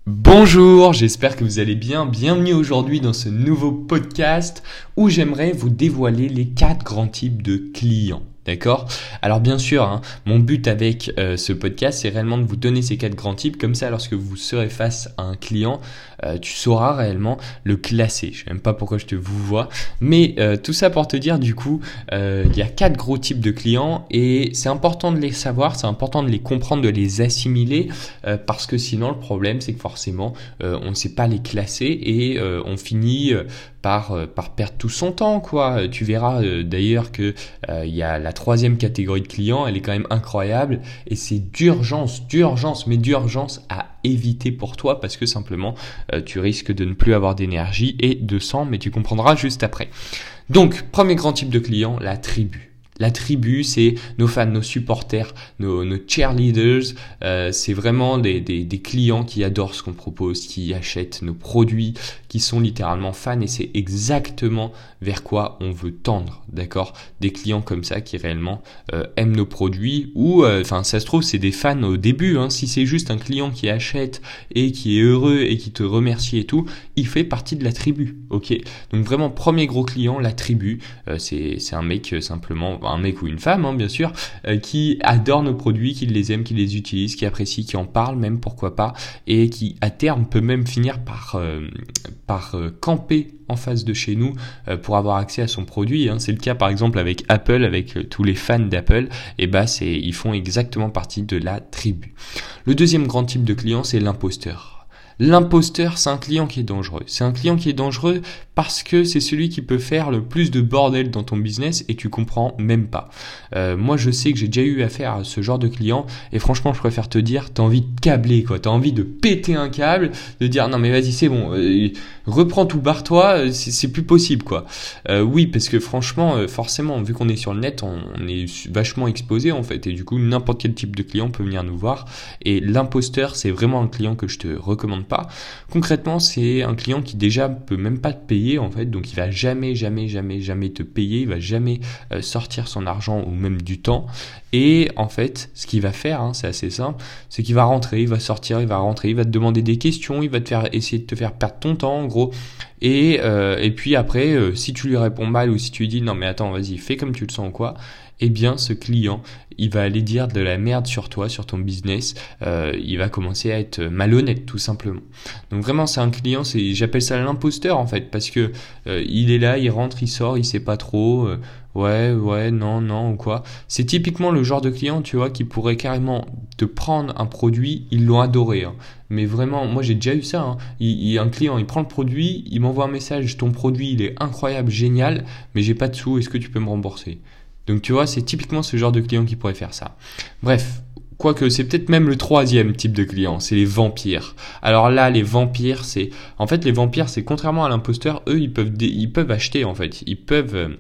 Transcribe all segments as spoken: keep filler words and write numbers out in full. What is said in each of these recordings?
Bonjour, j'espère que vous allez bien. Bienvenue aujourd'hui dans ce nouveau podcast où j'aimerais vous dévoiler les quatre grands types de clients. D'accord ? Alors bien sûr, hein, mon but avec euh, ce podcast, c'est réellement de vous donner ces quatre grands types. Comme ça, lorsque vous serez face à un client, euh, tu sauras réellement le classer. Je ne sais même pas pourquoi je te vous vois. Mais euh, tout ça pour te dire, du coup, euh, il y a quatre gros types de clients et c'est important de les savoir, c'est important de les comprendre, de les assimiler euh, parce que sinon, le problème, c'est que forcément, euh, on ne sait pas les classer et euh, on finit... Euh, Par, euh, par perdre tout son temps, quoi. Tu verras euh, d'ailleurs que euh, il y a la troisième catégorie de clients, elle est quand même incroyable et c'est d'urgence, d'urgence, mais d'urgence à éviter pour toi parce que simplement euh, tu risques de ne plus avoir d'énergie et de sang, mais tu comprendras juste après. Donc, premier grand type de client, la tribu. La tribu, c'est nos fans, nos supporters, nos, nos cheerleaders. Euh, c'est vraiment des, des, des clients qui adorent ce qu'on propose, qui achètent nos produits, qui sont littéralement fans et c'est exactement vers quoi on veut tendre, d'accord ? Des clients comme ça qui réellement euh, aiment nos produits ou, enfin, euh, ça se trouve, c'est des fans au début. Hein. Si c'est juste un client qui achète et qui est heureux et qui te remercie et tout, il fait partie de la tribu, ok ? Donc vraiment, premier gros client, la tribu, euh, c'est, c'est un mec euh, simplement... un mec ou une femme, hein, bien sûr, euh, qui adore nos produits, qui les aime, qui les utilise, qui apprécie, qui en parle même, pourquoi pas, et qui à terme peut même finir par, euh, par euh, camper en face de chez nous euh, pour avoir accès à son produit. Hein. C'est le cas par exemple avec Apple, avec euh, tous les fans d'Apple, et bah c'est, ils font exactement partie de la tribu. Le deuxième grand type de client, c'est l'imposteur. L'imposteur, c'est un client qui est dangereux. C'est un client qui est dangereux parce que c'est celui qui peut faire le plus de bordel dans ton business et tu comprends même pas. Euh, moi, je sais que j'ai déjà eu affaire à ce genre de client et franchement, je préfère te dire, t'as envie de câbler, quoi. T'as envie de péter un câble, de dire non mais vas-y, c'est bon, euh, reprends tout, barre-toi, c'est, c'est plus possible, quoi. Euh, oui, parce que franchement, euh, forcément, vu qu'on est sur le net, on, on est vachement exposé en fait et du coup, n'importe quel type de client peut venir nous voir. Et l'imposteur, c'est vraiment un client que je te recommande pas. Concrètement, c'est un client qui déjà peut même pas te payer en fait, donc il va jamais, jamais, jamais, jamais te payer, il va jamais euh, sortir son argent ou même du temps. Et en fait, ce qu'il va faire, hein, c'est assez simple, c'est qu'il va rentrer, il va sortir, il va rentrer, il va te demander des questions, il va te faire essayer de te faire perdre ton temps en gros. Et euh, et puis après, euh, si tu lui réponds mal ou si tu lui dis non mais attends, vas-y, fais comme tu le sens ou quoi. Eh bien, ce client, il va aller dire de la merde sur toi, sur ton business. Euh, il va commencer à être malhonnête, tout simplement. Donc vraiment, c'est un client, c'est, j'appelle ça l'imposteur en fait, parce que euh, il est là, il rentre, il sort, il sait pas trop. Euh, ouais, ouais, non, non ou quoi. C'est typiquement le genre de client, tu vois, qui pourrait carrément te prendre un produit, ils l'ont adoré. Hein. Mais vraiment, moi j'ai déjà eu ça. Hein. Il, il, un client, il prend le produit, il m'envoie un message, ton produit, il est incroyable, génial, mais j'ai pas de sous, est-ce que tu peux me rembourser ? Donc tu vois, c'est typiquement ce genre de client qui pourrait faire ça. Bref, quoique c'est peut-être même le troisième type de client, c'est les vampires. Alors là, les vampires, c'est... En fait, les vampires, c'est contrairement à l'imposteur, eux, ils peuvent, dé... ils peuvent acheter en fait. Ils peuvent... Euh...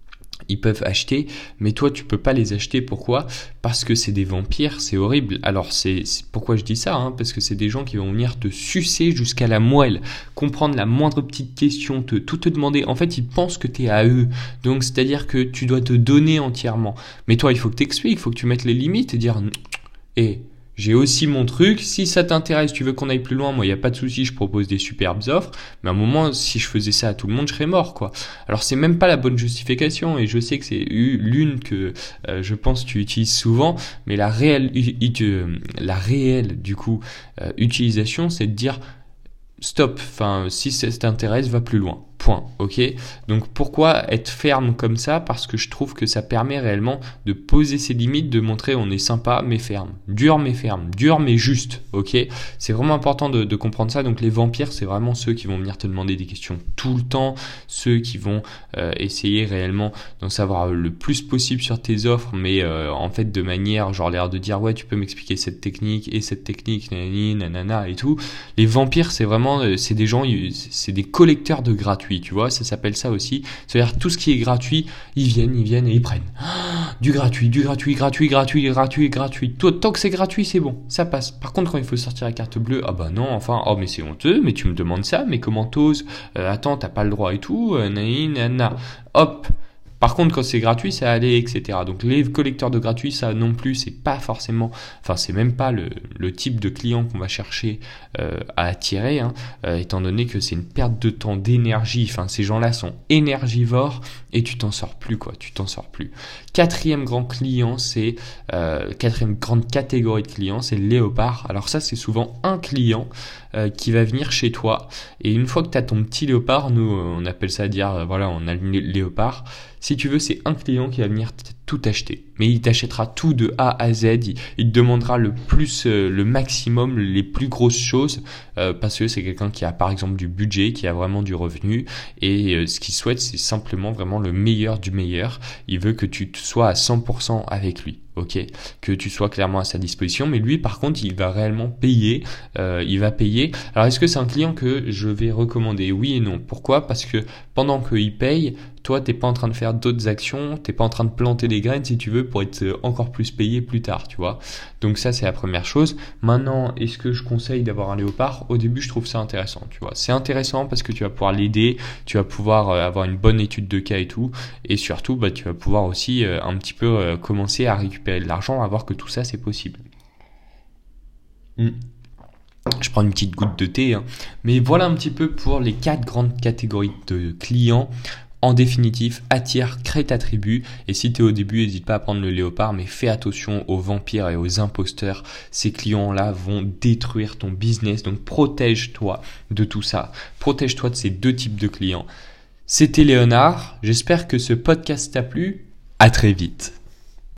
Ils peuvent acheter, mais toi tu peux pas les acheter. Pourquoi ? Parce que c'est des vampires, c'est horrible. Alors c'est, c'est pourquoi je dis ça, hein, parce que c'est des gens qui vont venir te sucer jusqu'à la moelle, comprendre la moindre petite question, te, tout te demander. En fait, ils pensent que tu es à eux. Donc c'est-à-dire que tu dois te donner entièrement. Mais toi, il faut que tu expliques, il faut que tu mettes les limites et dire hé, hey, j'ai aussi mon truc, si ça t'intéresse, tu veux qu'on aille plus loin, moi il n'y a pas de souci, je propose des superbes offres, mais à un moment, si je faisais ça à tout le monde, je serais mort, quoi. Alors c'est même pas la bonne justification, et je sais que c'est l'une que euh, je pense que tu utilises souvent, mais la réelle, la réelle du coup, euh, utilisation, c'est de dire stop, enfin si ça t'intéresse, va plus loin. Point, ok ? Donc pourquoi être ferme comme ça ? Parce que je trouve que ça permet réellement de poser ses limites, de montrer on est sympa mais ferme, dur mais ferme, dur mais juste, ok ? C'est vraiment important de, de comprendre ça. Donc les vampires, c'est vraiment ceux qui vont venir te demander des questions tout le temps, ceux qui vont euh, essayer réellement d'en savoir le plus possible sur tes offres, mais euh, en fait de manière genre l'air de dire ouais tu peux m'expliquer cette technique et cette technique, nanani, nanana et tout. Les vampires, c'est vraiment, c'est des gens, c'est des collecteurs de gratuits. Tu vois, ça s'appelle ça aussi. C'est-à-dire tout ce qui est gratuit, ils viennent, ils viennent et ils prennent. Ah, du gratuit, du gratuit, gratuit, gratuit, gratuit, gratuit. Tout, tant que c'est gratuit, c'est bon, ça passe. Par contre, quand il faut sortir la carte bleue, ah bah non, enfin, oh mais c'est honteux, mais tu me demandes ça, mais comment t'oses ? euh, Attends, t'as pas le droit et tout, euh, nani, nana. Hop, Par contre, quand c'est gratuit, ça allait, et cetera. Donc les collecteurs de gratuits, ça non plus, c'est pas forcément, enfin c'est même pas le, le type de client qu'on va chercher euh, à attirer, hein, euh, étant donné que c'est une perte de temps, d'énergie. Enfin, ces gens-là sont énergivores et tu t'en sors plus, quoi. Tu t'en sors plus. Quatrième grand client, c'est euh, quatrième grande catégorie de clients, c'est le léopard. Alors ça, c'est souvent un client euh, qui va venir chez toi et une fois que tu as ton petit léopard, nous on appelle ça dire euh, voilà, on a le léopard. Si tu veux, c'est un client qui va venir t- tout acheter. Mais il t'achètera tout de A à Z. Il, il te demandera le plus, euh, le maximum, les plus grosses choses euh, parce que c'est quelqu'un qui a par exemple du budget, qui a vraiment du revenu et euh, ce qu'il souhaite, c'est simplement vraiment le meilleur du meilleur. Il veut que tu sois à cent pour cent avec lui. Ok, que tu sois clairement à sa disposition, mais lui par contre il va réellement payer, euh, il va payer. Alors est-ce que c'est un client que je vais recommander? Oui et non. Pourquoi? Parce que pendant qu'il paye, toi t'es pas en train de faire d'autres actions, t'es pas en train de planter des graines si tu veux pour être encore plus payé plus tard, tu vois. Donc ça c'est la première chose. Maintenant, est-ce que je conseille d'avoir un léopard? Au début je trouve ça intéressant, tu vois. C'est intéressant parce que tu vas pouvoir l'aider, tu vas pouvoir euh, avoir une bonne étude de cas et tout, et surtout bah tu vas pouvoir aussi euh, un petit peu euh, commencer à récupérer de l'argent, à voir que tout ça c'est possible. Mm. Je prends une petite goutte de thé, hein. Mais voilà un petit peu pour les quatre grandes catégories de clients. En définitive, attire, crée ta tribu. Et si tu es au début, n'hésite pas à prendre le léopard, mais fais attention aux vampires et aux imposteurs. Ces clients-là vont détruire ton business. Donc protège-toi de tout ça. Protège-toi de ces deux types de clients. C'était Léonard. J'espère que ce podcast t'a plu. À très vite.